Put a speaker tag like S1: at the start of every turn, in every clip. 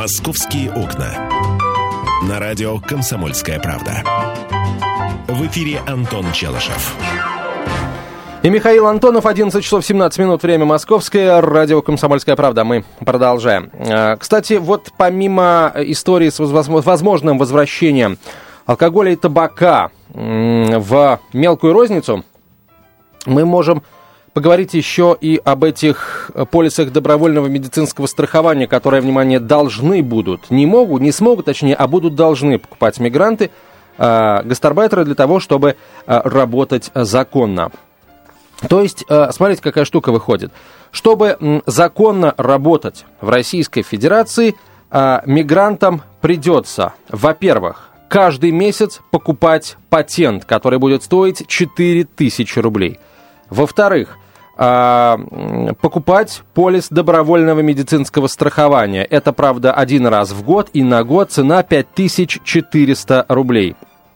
S1: «Московские окна». На радио «Комсомольская правда». В эфире Антон Челышев.
S2: И Михаил Антонов, 11 часов 17 минут, время московское, радио «Комсомольская правда». Мы продолжаем. Кстати, вот помимо истории с возможным возвращением алкоголя и табака в мелкую розницу, мы можем поговорить еще и об этих полисах добровольного медицинского страхования, которые, внимание, должны будут, не смогут, точнее, а будут должны покупать мигранты, гастарбайтеры для того, чтобы работать законно. То есть, смотрите, какая штука выходит. Чтобы законно работать в Российской Федерации, мигрантам придется, во-первых, каждый месяц покупать патент, который будет стоить 4000 рублей. Во-вторых, покупать полис добровольного медицинского страхования. Это, правда, один раз в год, и на год цена 5400 рублей.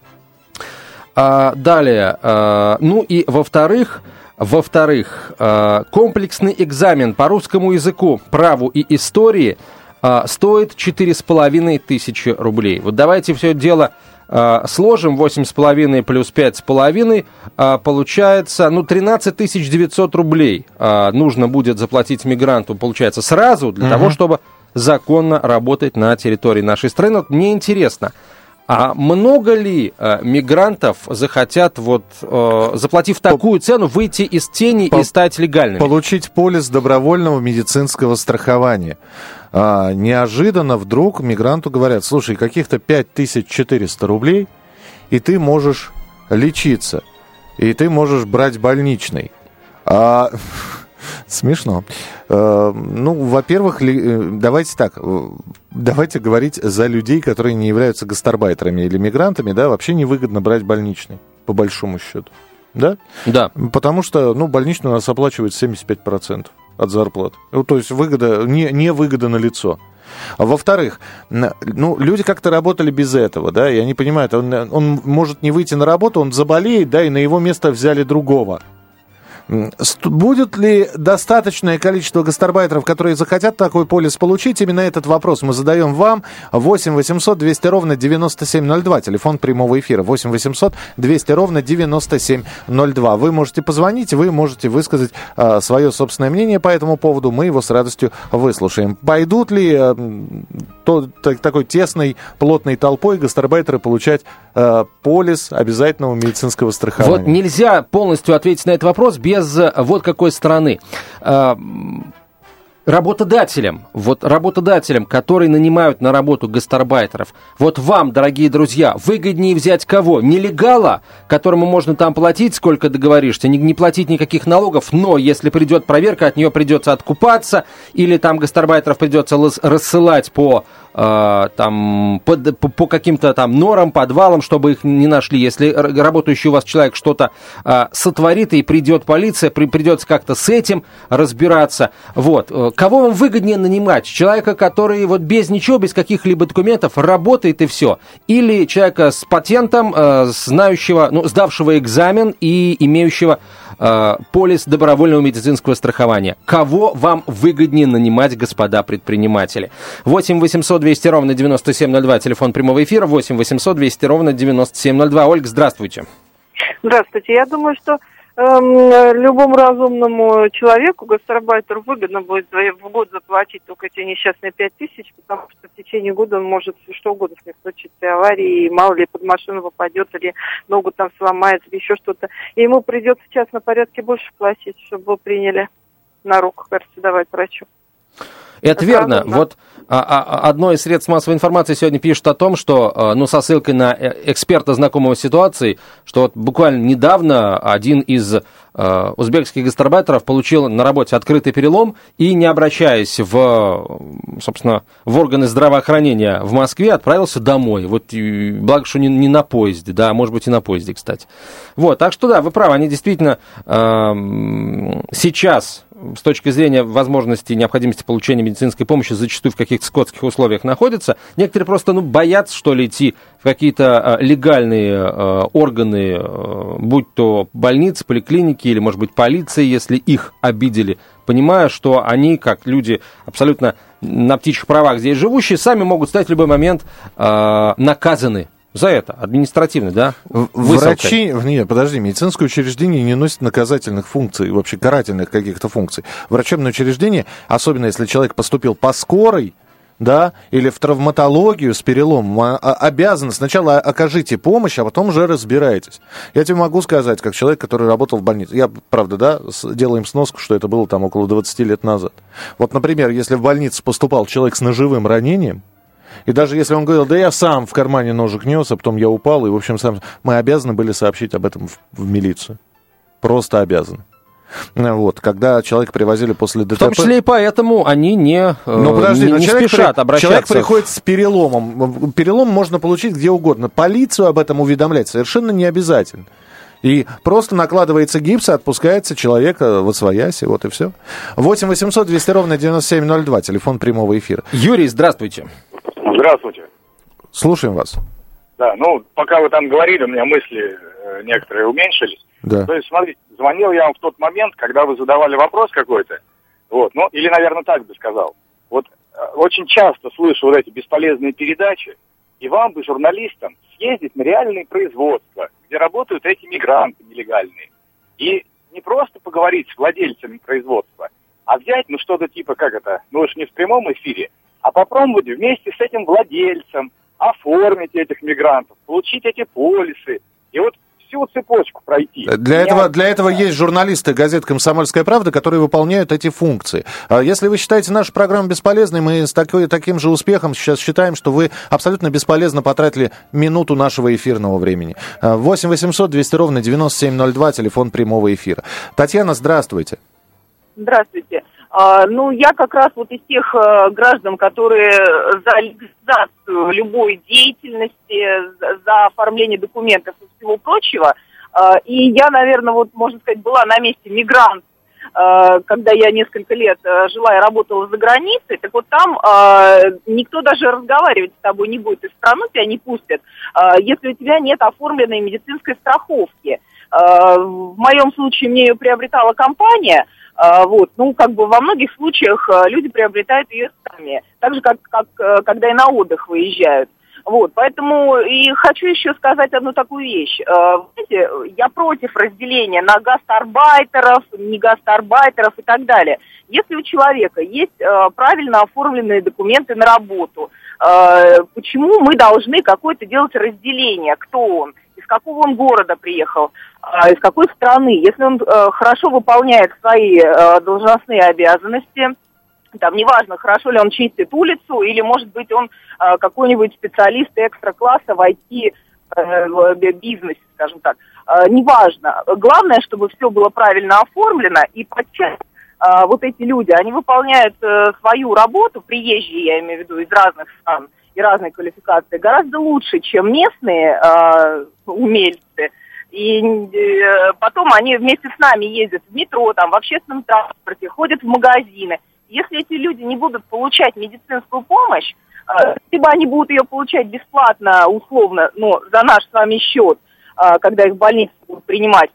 S2: Далее, ну и во-вторых, комплексный экзамен по русскому языку, праву и истории стоит 4500 рублей. Вот давайте все это дело сложим, 8,5 плюс 5,5, получается, 13 900 рублей нужно будет заплатить мигранту, получается, сразу для того, чтобы законно работать на территории нашей страны. Вот мне интересно, а много ли мигрантов захотят, заплатив такую цену, выйти из тени и стать легальными?
S3: Получить полис добровольного медицинского страхования. Неожиданно вдруг мигранту говорят: слушай, каких-то 5400 рублей, и ты можешь лечиться, и ты можешь брать больничный. Смешно. Во-первых, давайте говорить за людей, которые не являются гастарбайтерами или мигрантами, да, вообще невыгодно брать больничный, по большому счету. Да?
S2: Да.
S3: Потому что, больничный у нас оплачивает 75% от зарплаты. То есть выгода, не выгода налицо. А во-вторых, люди как-то работали без этого, да, и они понимают, он может не выйти на работу, он заболеет, да, и на его место взяли другого. Будет ли достаточное количество гастарбайтеров, которые захотят такой полис получить? Именно этот вопрос мы задаем вам. 8 800 200 ровно 9702. Телефон прямого эфира. 8 800 200 ровно 9702. Вы можете позвонить, вы можете высказать свое собственное мнение по этому поводу. Мы его с радостью выслушаем. Пойдут ли такой тесной, плотной толпой гастарбайтеры получать полис обязательного медицинского страхования?
S2: Вот нельзя полностью ответить на этот вопрос без вот какой стороны. Работодателям, которые нанимают на работу гастарбайтеров, вот вам, дорогие друзья, выгоднее взять кого? Нелегала, которому можно там платить, сколько договоришься, не платить никаких налогов, но если придет проверка, от нее придется откупаться, или там гастарбайтеров придется рассылать по каким-то там норам, подвалам, чтобы их не нашли. Если работающий у вас человек что-то сотворит, и придет полиция, придется как-то с этим разбираться. Вот. Кого вам выгоднее нанимать? Человека, который без ничего, без каких-либо документов работает и все? Или человека с патентом, знающего, сдавшего экзамен и имеющего полис добровольного медицинского страхования? Кого вам выгоднее нанимать, господа предприниматели? 8 800 200 ровно 9702, телефон прямого эфира, 8 800 200 ровно 9702. Ольга, здравствуйте.
S4: Здравствуйте. Я думаю, что любому разумному человеку, гастарбайтеру, выгодно будет в год заплатить только эти несчастные 5000, потому что в течение года он может что угодно с них случиться, аварии, мало ли под машину попадет, или ногу там сломает, или еще что-то. И ему придется в частном порядке больше платить, чтобы его приняли на руку, кажется, давать врачу.
S2: Это верно. Вот одно из средств массовой информации сегодня пишет о том, что, со ссылкой на эксперта, знакомого с ситуацией, что буквально недавно один из узбекских гастарбайтеров получил на работе открытый перелом и, не обращаясь в органы здравоохранения в Москве, отправился домой. Вот, благо, что не на поезде, да, может быть, и на поезде, кстати. Вот, так что, да, вы правы, они действительно сейчас, с точки зрения возможности и необходимости получения медицинской помощи, зачастую в каких-то скотских условиях находятся. Некоторые просто, боятся, что ли, идти в какие-то легальные органы, будь то больницы, поликлиники или, может быть, полиция, если их обидели понимая, что они, как люди абсолютно на птичьих правах здесь живущие, сами могут стать в любой момент наказаны за это, административно, да?
S3: Врачи, нет, подожди, медицинское учреждение не носит наказательных функций, вообще карательных каких-то функций. Врачебное учреждение, особенно если человек поступил по скорой, да, или в травматологию с переломом, обязаны сначала окажите помощь, а потом уже разбирайтесь. Я тебе могу сказать, как человек, который работал в больнице, я, правда, да, делаем сноску, что это было там около 20 лет назад. Вот, например, если в больницу поступал человек с ножевым ранением, и даже если он говорил, да я сам в кармане ножик нес, а потом я упал, и, в общем, сам, мы обязаны были сообщить об этом в милицию. Просто обязаны. Вот, когда человека привозили после ДТП...
S2: В том числе и поэтому они не спешат обращаться.
S3: Человек приходит с переломом. Перелом можно получить где угодно. Полицию об этом уведомлять совершенно не обязательно. И просто накладывается гипс, и отпускается человек восвояси, вот и все. 8 800 200 ровно 9702, телефон прямого эфира.
S2: Юрий, здравствуйте.
S5: Здравствуйте.
S3: Слушаем вас.
S5: Да, пока вы там говорили, у меня мысли некоторые уменьшились.
S3: Да.
S5: То есть, смотрите, звонил я вам в тот момент, когда вы задавали вопрос какой-то, или, наверное, так бы сказал. Очень часто слышу эти бесполезные передачи, и вам бы, журналистам, съездить на реальные производства, где работают эти мигранты нелегальные, и не просто поговорить с владельцами производства, а взять, что-то типа, вы же не в прямом эфире, а попробовать вместе с этим владельцем оформить этих мигрантов, получить эти полисы, и всю цепочку пройти.
S3: Для этого есть журналисты газеты «Комсомольская правда», которые выполняют эти функции. Если вы считаете нашу программу бесполезной, мы с таким же успехом сейчас считаем, что вы абсолютно бесполезно потратили минуту нашего эфирного времени. 8 800 200 ровно 9702, телефон прямого эфира. Татьяна, здравствуйте.
S4: Здравствуйте. Я как раз из тех граждан, которые за легализацию любой деятельности, за оформление документов и всего прочего. И я, наверное, можно сказать, была на месте мигрант, когда я несколько лет жила и работала за границей. Так там никто даже разговаривать с тобой не будет, из страны тебя не пустят, если у тебя нет оформленной медицинской страховки. В моем случае мне ее приобретала компания. Во многих случаях люди приобретают ее сами, так же, как когда и на отдых выезжают. Поэтому и хочу еще сказать одну такую вещь. Знаете, я против разделения на гастарбайтеров, не гастарбайтеров и так далее. Если у человека есть правильно оформленные документы на работу, почему мы должны какое-то делать разделение, кто он? Из какого он города приехал, из какой страны. Если он хорошо выполняет свои должностные обязанности, неважно, хорошо ли он чистит улицу, или, может быть, он какой-нибудь специалист экстра-класса в IT-бизнесе, скажем так. Неважно. Главное, чтобы все было правильно оформлено, и подчас эти люди, они выполняют свою работу, приезжие, я имею в виду, из разных стран, и разной квалификации, гораздо лучше, чем местные умельцы. И потом они вместе с нами ездят в метро, в общественном транспорте, ходят в магазины. Если эти люди не будут получать медицинскую помощь, либо они будут ее получать бесплатно, условно, за наш с вами счет, когда их в больнице будут принимать,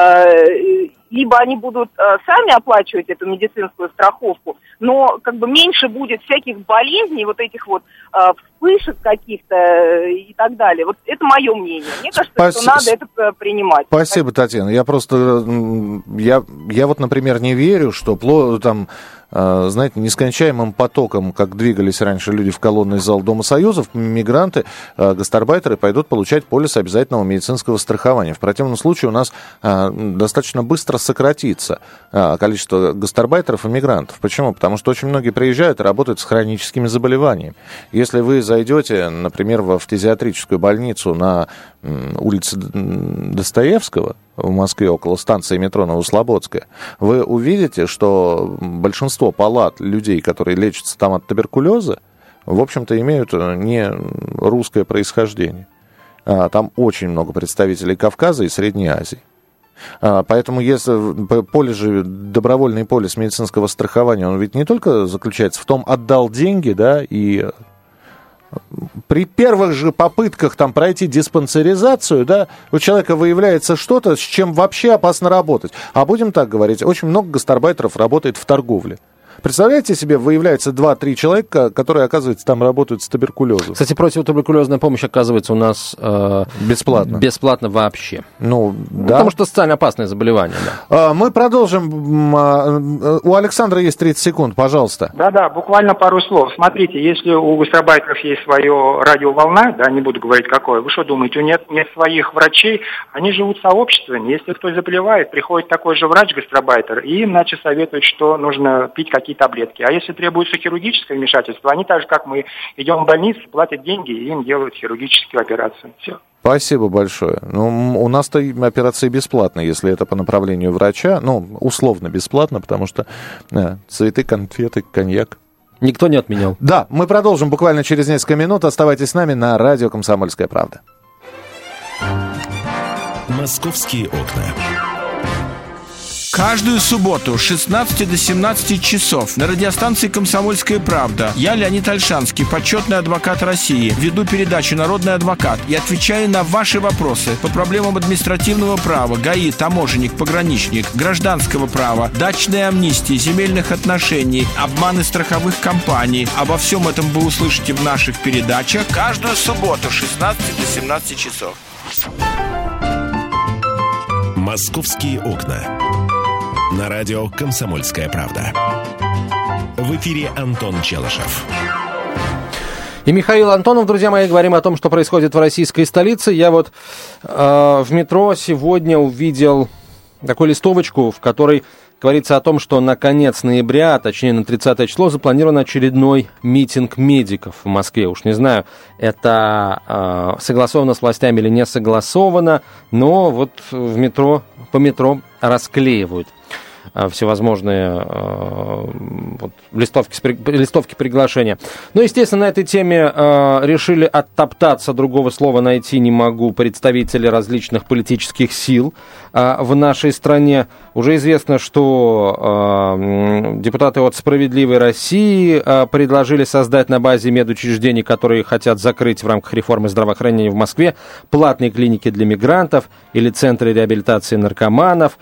S4: либо они будут сами оплачивать эту медицинскую страховку, но меньше будет всяких болезней, этих вспышек каких-то и так далее. Это мое мнение. Мне кажется, что надо это принимать.
S3: Спасибо, Татьяна. Я просто, например, не верю, что нескончаемым потоком, как двигались раньше люди в колонный зал Дома Союзов, мигранты, гастарбайтеры пойдут получать полис обязательного медицинского страхования. В противном случае у нас достаточно быстро сократится количество гастарбайтеров и мигрантов. Почему? Потому что очень многие приезжают и работают с хроническими заболеваниями. Если вы зайдете, например, в фтизиатрическую больницу на улице Достоевского в Москве, около станции метро Новослободская, вы увидите, что большинство палат людей, которые лечатся там от туберкулеза, в общем-то, имеют не русское происхождение. Там очень много представителей Кавказа и Средней Азии. Поэтому если добровольный полис медицинского страхования, он ведь не только заключается в том, отдал деньги, да, и при первых же попытках там пройти диспансеризацию, да, у человека выявляется что-то, с чем вообще опасно работать. А будем так говорить, очень много гастарбайтеров работает в торговле. Представляете себе, выявляется 2-3 человека, которые, оказывается, там работают с туберкулезом.
S2: Кстати, противотуберкулезная помощь, оказывается, у нас
S3: бесплатно.
S2: Бесплатно вообще.
S3: Ну, да.
S2: Потому что социально опасное заболевание, да.
S3: Мы продолжим. У Александра есть 30 секунд, пожалуйста.
S6: Да, буквально пару слов. Смотрите, если у гастарбайтеров есть свое радиоволна, да, не буду говорить какое, вы что думаете, у нет своих врачей, они живут сообществами. Если кто заболевает, приходит такой же врач-гастарбайтер, и им, значит, советуют, что нужно пить какие таблетки. А если требуется хирургическое вмешательство, они так же, как мы, идем в больницу, платят деньги, и им делают хирургическую операцию. Все.
S3: Спасибо большое. Ну, у нас-то операции бесплатные, если это по направлению врача. Ну, условно бесплатно, потому что цветы, конфеты, коньяк.
S2: Никто не отменял.
S3: Да, мы продолжим буквально через несколько минут. Оставайтесь с нами на радио «Комсомольская правда».
S1: «Московские окна».
S7: Каждую субботу с 16 до 17 часов на радиостанции «Комсомольская правда» я, Леонид Ольшанский, почетный адвокат России, веду передачу «Народный адвокат» и отвечаю на ваши вопросы по проблемам административного права, ГАИ, таможенник, пограничник, гражданского права, дачной амнистии, земельных отношений, обманы страховых компаний. Обо всем этом вы услышите в наших передачах каждую субботу с 16 до 17 часов.
S1: «Московские окна». На радио «Комсомольская правда». В эфире Антон Челышев.
S2: И Михаил Антонов, друзья мои, говорим о том, что происходит в российской столице. Я вот в метро сегодня увидел такую листовочку, в которой говорится о том, что на конец ноября, точнее на 30 число, запланирован очередной митинг медиков в Москве. Уж не знаю, это согласовано с властями или не согласовано, но вот в метро, по метро расклеивают всевозможные листовки приглашения. Ну, естественно, на этой теме решили оттоптаться, другого слова найти не могу, представители различных политических сил в нашей стране. Уже известно, что депутаты от «Справедливой России» предложили создать на базе медучреждений, которые хотят закрыть в рамках реформы здравоохранения в Москве, платные клиники для мигрантов или центры реабилитации наркоманов.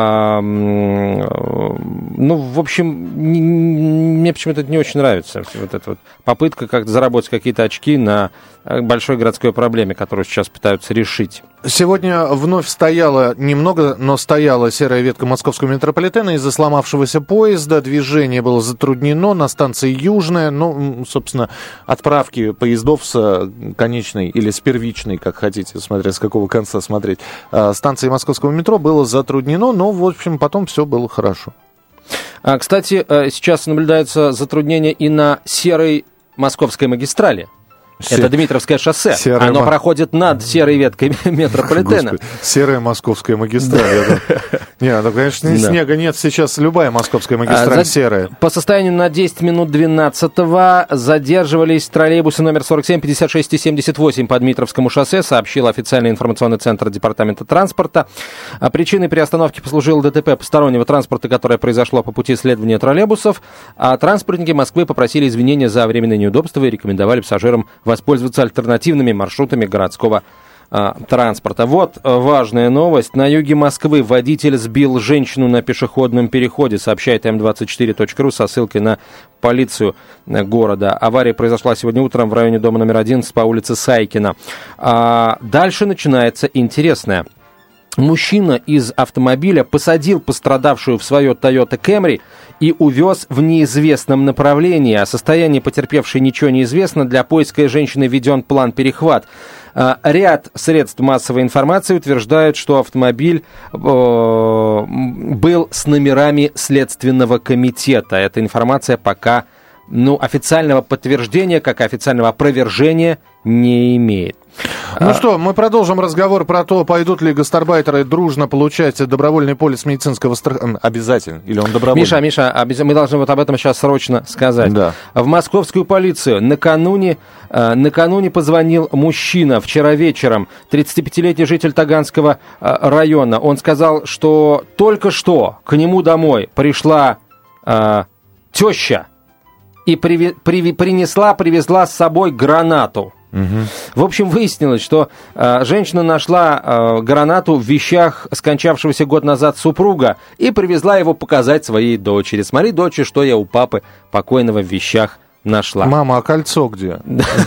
S2: Ну, в общем, мне почему-то это не очень нравится. Вот эта вот попытка как-то заработать какие-то очки на большой городской проблеме, которую сейчас пытаются решить.
S3: Сегодня вновь стояла, немного, но стояла серая ветка московского метрополитена из-за сломавшегося поезда. Движение было затруднено на станции Южная. Ну, собственно, отправки поездов с конечной или с первичной, как хотите, смотря с какого конца смотреть, станции московского метро было затруднено, но, в общем, потом все было хорошо.
S2: Кстати, сейчас наблюдается затруднение и на серой московской магистрали. Это Дмитровское шоссе. Оно проходит над серой веткой метрополитена.
S3: Господи, серая московская магистраль. Нет, ну, конечно, снега нет. Сейчас любая московская магистраль серая.
S2: По состоянию на 10 минут 12-го задерживались троллейбусы номер 47, 56 и 78 по Дмитровскому шоссе, сообщил официальный информационный центр Департамента транспорта. Причиной приостановки послужило ДТП постороннего транспорта, которое произошло по пути следования троллейбусов. А транспортники Москвы попросили извинения за временное неудобство и рекомендовали пассажирам воспользоваться альтернативными маршрутами городского транспорта. Вот важная новость. На юге Москвы водитель сбил женщину на пешеходном переходе, сообщает М24.ру со ссылкой на полицию города. Авария произошла сегодня утром в районе дома номер 11 по улице Сайкина. Дальше начинается интересное. Мужчина из автомобиля посадил пострадавшую в свое Toyota Camry и увез в неизвестном направлении. О состоянии потерпевшей ничего не известно. Для поиска женщины введен план «Перехват». Ряд средств массовой информации утверждают, что автомобиль был с номерами Следственного комитета. Эта информация пока официального подтверждения, как и официального опровержения не имеет.
S3: Ну что, мы продолжим разговор про то, пойдут ли гастарбайтеры дружно получать добровольный полис медицинского страхования. Обязательно. Или он добровольный?
S2: Миша, мы должны вот об этом сейчас срочно сказать.
S3: Да.
S2: В московскую полицию накануне позвонил мужчина вчера вечером, 35-летний житель Таганского района. Он сказал, что только что к нему домой пришла теща и привезла с собой гранату. В общем, выяснилось, что женщина нашла гранату в вещах скончавшегося год назад супруга и привезла его показать своей дочери. Смотри, дочь, что я у папы покойного в вещах нашла.
S3: Мама, а кольцо где?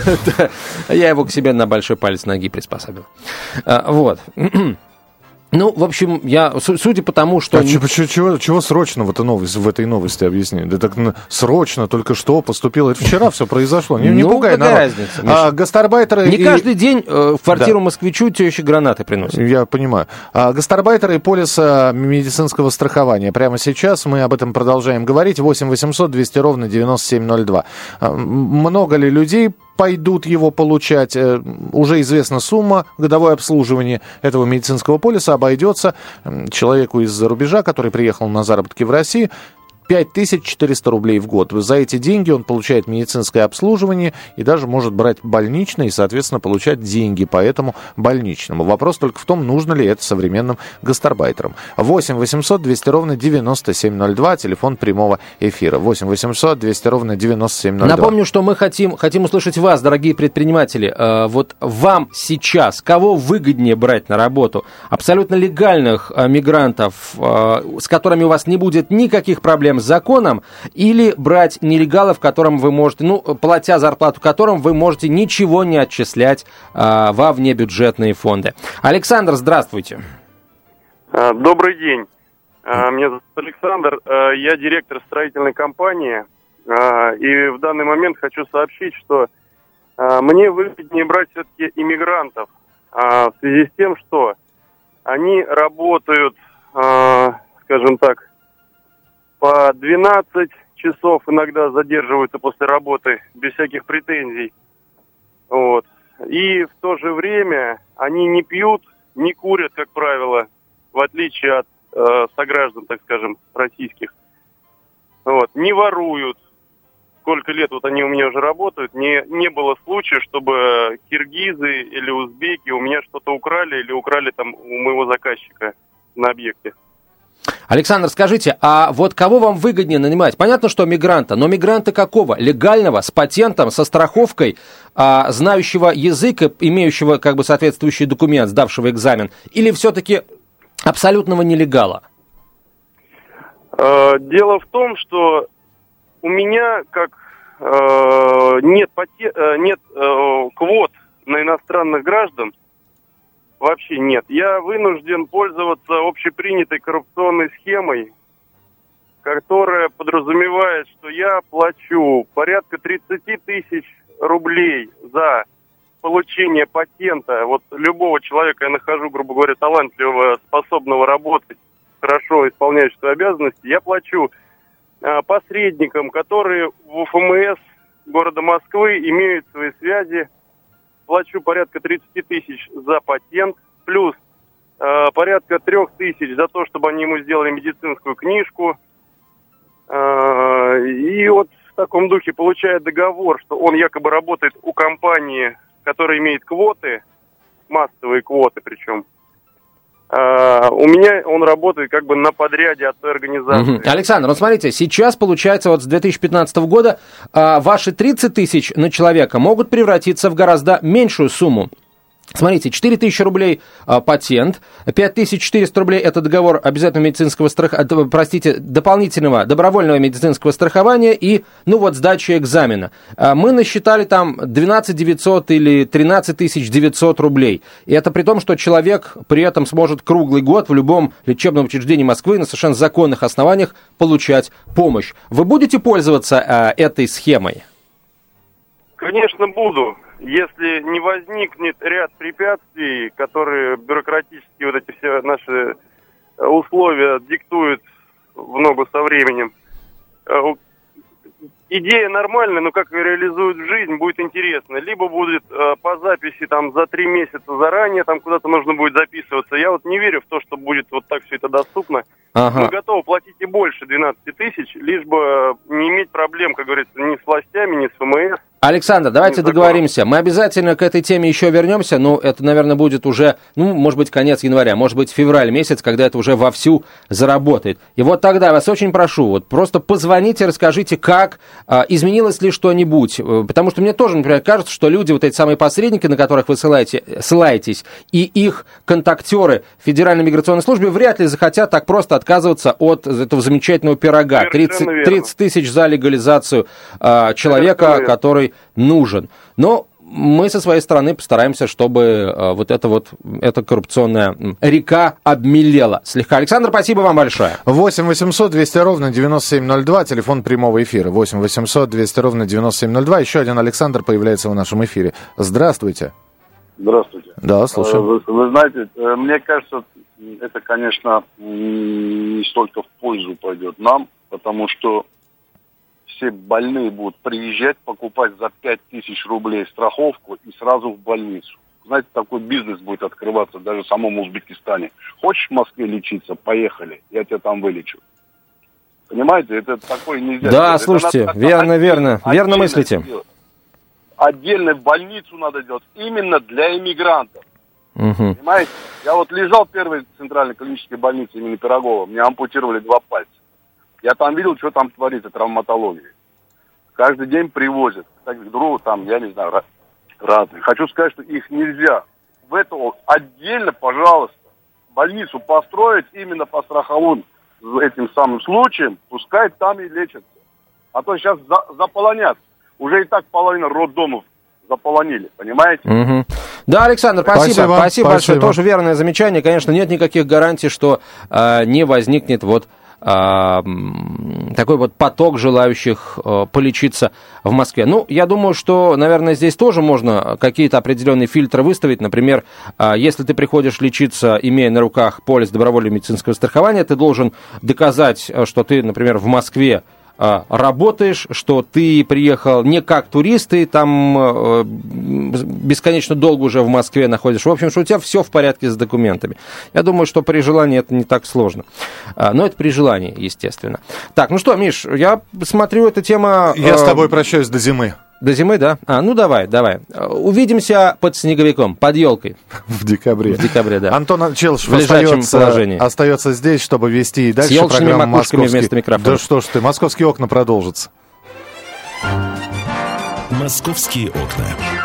S2: Я его к себе на большой палец ноги приспособил. Вот. Ну, в общем, судя по тому, что...
S3: Чего срочного-то в этой новости объясни? Да так срочно, только что поступило. Это вчера все произошло. Не пугай народ.
S2: Разница,
S3: гастарбайтеры...
S2: Не каждый день в квартиру москвичу тещи гранаты приносят.
S3: Я понимаю. Гастарбайтеры и полиса медицинского страхования. Прямо сейчас мы об этом продолжаем говорить. 8 800 200 ровно 9702. Много ли людей пойдут его получать? Уже известна сумма. Годовое обслуживание этого медицинского полиса обойдется человеку из-за рубежа, который приехал на заработки в России, 5400 рублей в год. За эти деньги он получает медицинское обслуживание и даже может брать больничное и, соответственно, получать деньги по этому больничному. Вопрос только в том, нужно ли это современным гастарбайтерам. 8 800 200 ровно 9702, телефон прямого эфира. 8 800 200 ровно 9702.
S2: Напомню, что мы хотим услышать вас, дорогие предприниматели. Вот вам сейчас кого выгоднее брать на работу? Абсолютно легальных мигрантов, с которыми у вас не будет никаких проблем с законом, или брать нелегалов, которым вы можете, платя зарплату которым вы можете ничего не отчислять во внебюджетные фонды. Александр, здравствуйте.
S8: Добрый день. Меня зовут Александр. Я директор строительной компании. И в данный момент хочу сообщить, что мне выгоднее брать все-таки иммигрантов. В связи с тем, что они работают, скажем так, по 12 часов, иногда задерживаются после работы без всяких претензий. Вот. И в то же время они не пьют, не курят, как правило, в отличие от сограждан, так скажем, российских. Вот. Не воруют. Сколько лет вот они у меня уже работают, не было случая, чтобы киргизы или узбеки у меня что-то украли или украли там у моего заказчика на объекте.
S2: Александр, скажите, а вот кого вам выгоднее нанимать? Понятно, что мигранта, но мигранта какого? Легального, с патентом, со страховкой, знающего язык, имеющего как бы соответствующий документ, сдавшего экзамен, или все-таки абсолютного нелегала?
S8: Дело в том, что у меня нет квот на иностранных граждан. Вообще нет. Я вынужден пользоваться общепринятой коррупционной схемой, которая подразумевает, что я плачу порядка 30 тысяч рублей за получение патента. Вот любого человека я нахожу, грубо говоря, талантливого, способного работать, хорошо исполняющего обязанности. Я плачу посредникам, которые в УФМС города Москвы имеют свои связи. Плачу порядка 30 тысяч за патент, плюс порядка 3 тысяч за то, чтобы они ему сделали медицинскую книжку. И вот в таком духе получает договор, что он якобы работает у компании, которая имеет квоты, массовые квоты причем. У меня он работает как бы на подряде от той организации.
S2: Александр, вот смотрите, сейчас получается вот с 2015 года ваши 30 тысяч на человека могут превратиться в гораздо меньшую сумму. Смотрите, 4 тысячи рублей патент, 5400 рублей это договор обязательного медицинского дополнительного добровольного медицинского страхования и, сдача экзамена. Мы насчитали там 12 900 или 13 900 рублей. И это при том, что человек при этом сможет круглый год в любом лечебном учреждении Москвы на совершенно законных основаниях получать помощь. Вы будете пользоваться этой схемой?
S8: Конечно, буду. Если не возникнет ряд препятствий, которые бюрократически вот эти все наши условия диктуют в ногу со временем. Идея нормальная, но как ее реализуют в жизнь, будет интересно. Либо будет по записи там за 3 месяца заранее, там куда-то нужно будет записываться. Я вот не верю в то, что будет вот так все это доступно. Мы готовы платить и больше 12 тысяч, лишь бы не иметь проблем, как говорится, ни с властями, ни с ФМС.
S2: Александр, давайте договоримся. Мы обязательно к этой теме еще вернемся, но это, наверное, будет уже, может быть, конец января, может быть, февраль месяц, когда это уже вовсю заработает. И вот тогда я вас очень прошу, просто позвоните, расскажите, как, изменилось ли что-нибудь. Потому что мне тоже, например, кажется, что люди, вот эти самые посредники, на которых вы ссылаетесь, и их контактеры в Федеральной миграционной службе вряд ли захотят так просто отказываться от этого замечательного пирога. 30 тысяч за легализацию человека, который нужен. Но мы со своей стороны постараемся, чтобы эта коррупционная река обмелела слегка. Александр, спасибо вам большое.
S3: 8 800 200 ровно 9702, телефон прямого эфира. 8 800 200 ровно 9702. Еще один Александр появляется в нашем эфире. Здравствуйте.
S9: Здравствуйте.
S3: Да, слушаю.
S9: Вы знаете, мне кажется, это, конечно, не столько в пользу пойдет нам, потому что все больные будут приезжать, покупать за 5000 рублей страховку и сразу в больницу. Знаете, такой бизнес будет открываться даже в самом Узбекистане. Хочешь в Москве лечиться? Поехали, я тебя там вылечу. Понимаете, это такое нельзя.
S2: Да, это слушайте, верно мыслите.
S9: Отдельную больницу надо делать именно для иммигрантов.
S2: Угу.
S9: Понимаете? Я вот лежал в первой центральной клинической больнице имени Пирогова, мне ампутировали 2 пальца. Я там видел, что там творится, травматология. Каждый день привозят. Другу там, я не знаю, разные. Хочу сказать, что их нельзя. В это отдельно, пожалуйста, больницу построить именно по страховым этим самым случаям, пускай там и лечатся. А то сейчас заполонят. Уже и так половина роддомов заполонили, понимаете?
S2: Угу. Да, Александр, спасибо большое. Тоже верное замечание. Конечно, нет никаких гарантий, что не возникнет такой вот поток желающих полечиться в Москве. Я думаю, что, наверное, здесь тоже можно какие-то определенные фильтры выставить. Например, если ты приходишь лечиться, имея на руках полис добровольного медицинского страхования, ты должен доказать, что ты, например, в Москве работаешь, что ты приехал не как турист, ты там бесконечно долго уже в Москве находишься. В общем, что у тебя все в порядке с документами. Я думаю, что при желании это не так сложно. Но это при желании, естественно. Так, что, Миш, я смотрю, эта тема...
S3: Я с тобой прощаюсь до зимы.
S2: До зимы, да? Давай. Увидимся под снеговиком, под елкой.
S3: В декабре.
S2: В декабре, да.
S3: Антон Челышев остается здесь, чтобы вести и дальше программу «Московские».
S2: Вместо микрофона.
S3: Да что ж ты, «Московские окна» продолжатся.
S1: «Московские окна».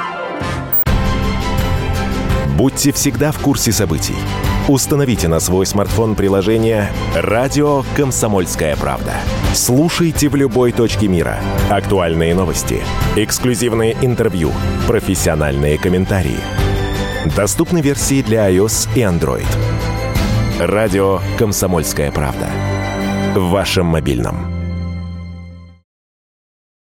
S1: Будьте всегда в курсе событий. Установите на свой смартфон приложение «Радио Комсомольская правда». Слушайте в любой точке мира. Актуальные новости, эксклюзивные интервью, профессиональные комментарии. Доступны версии для iOS и Android. «Радио Комсомольская правда». В вашем мобильном.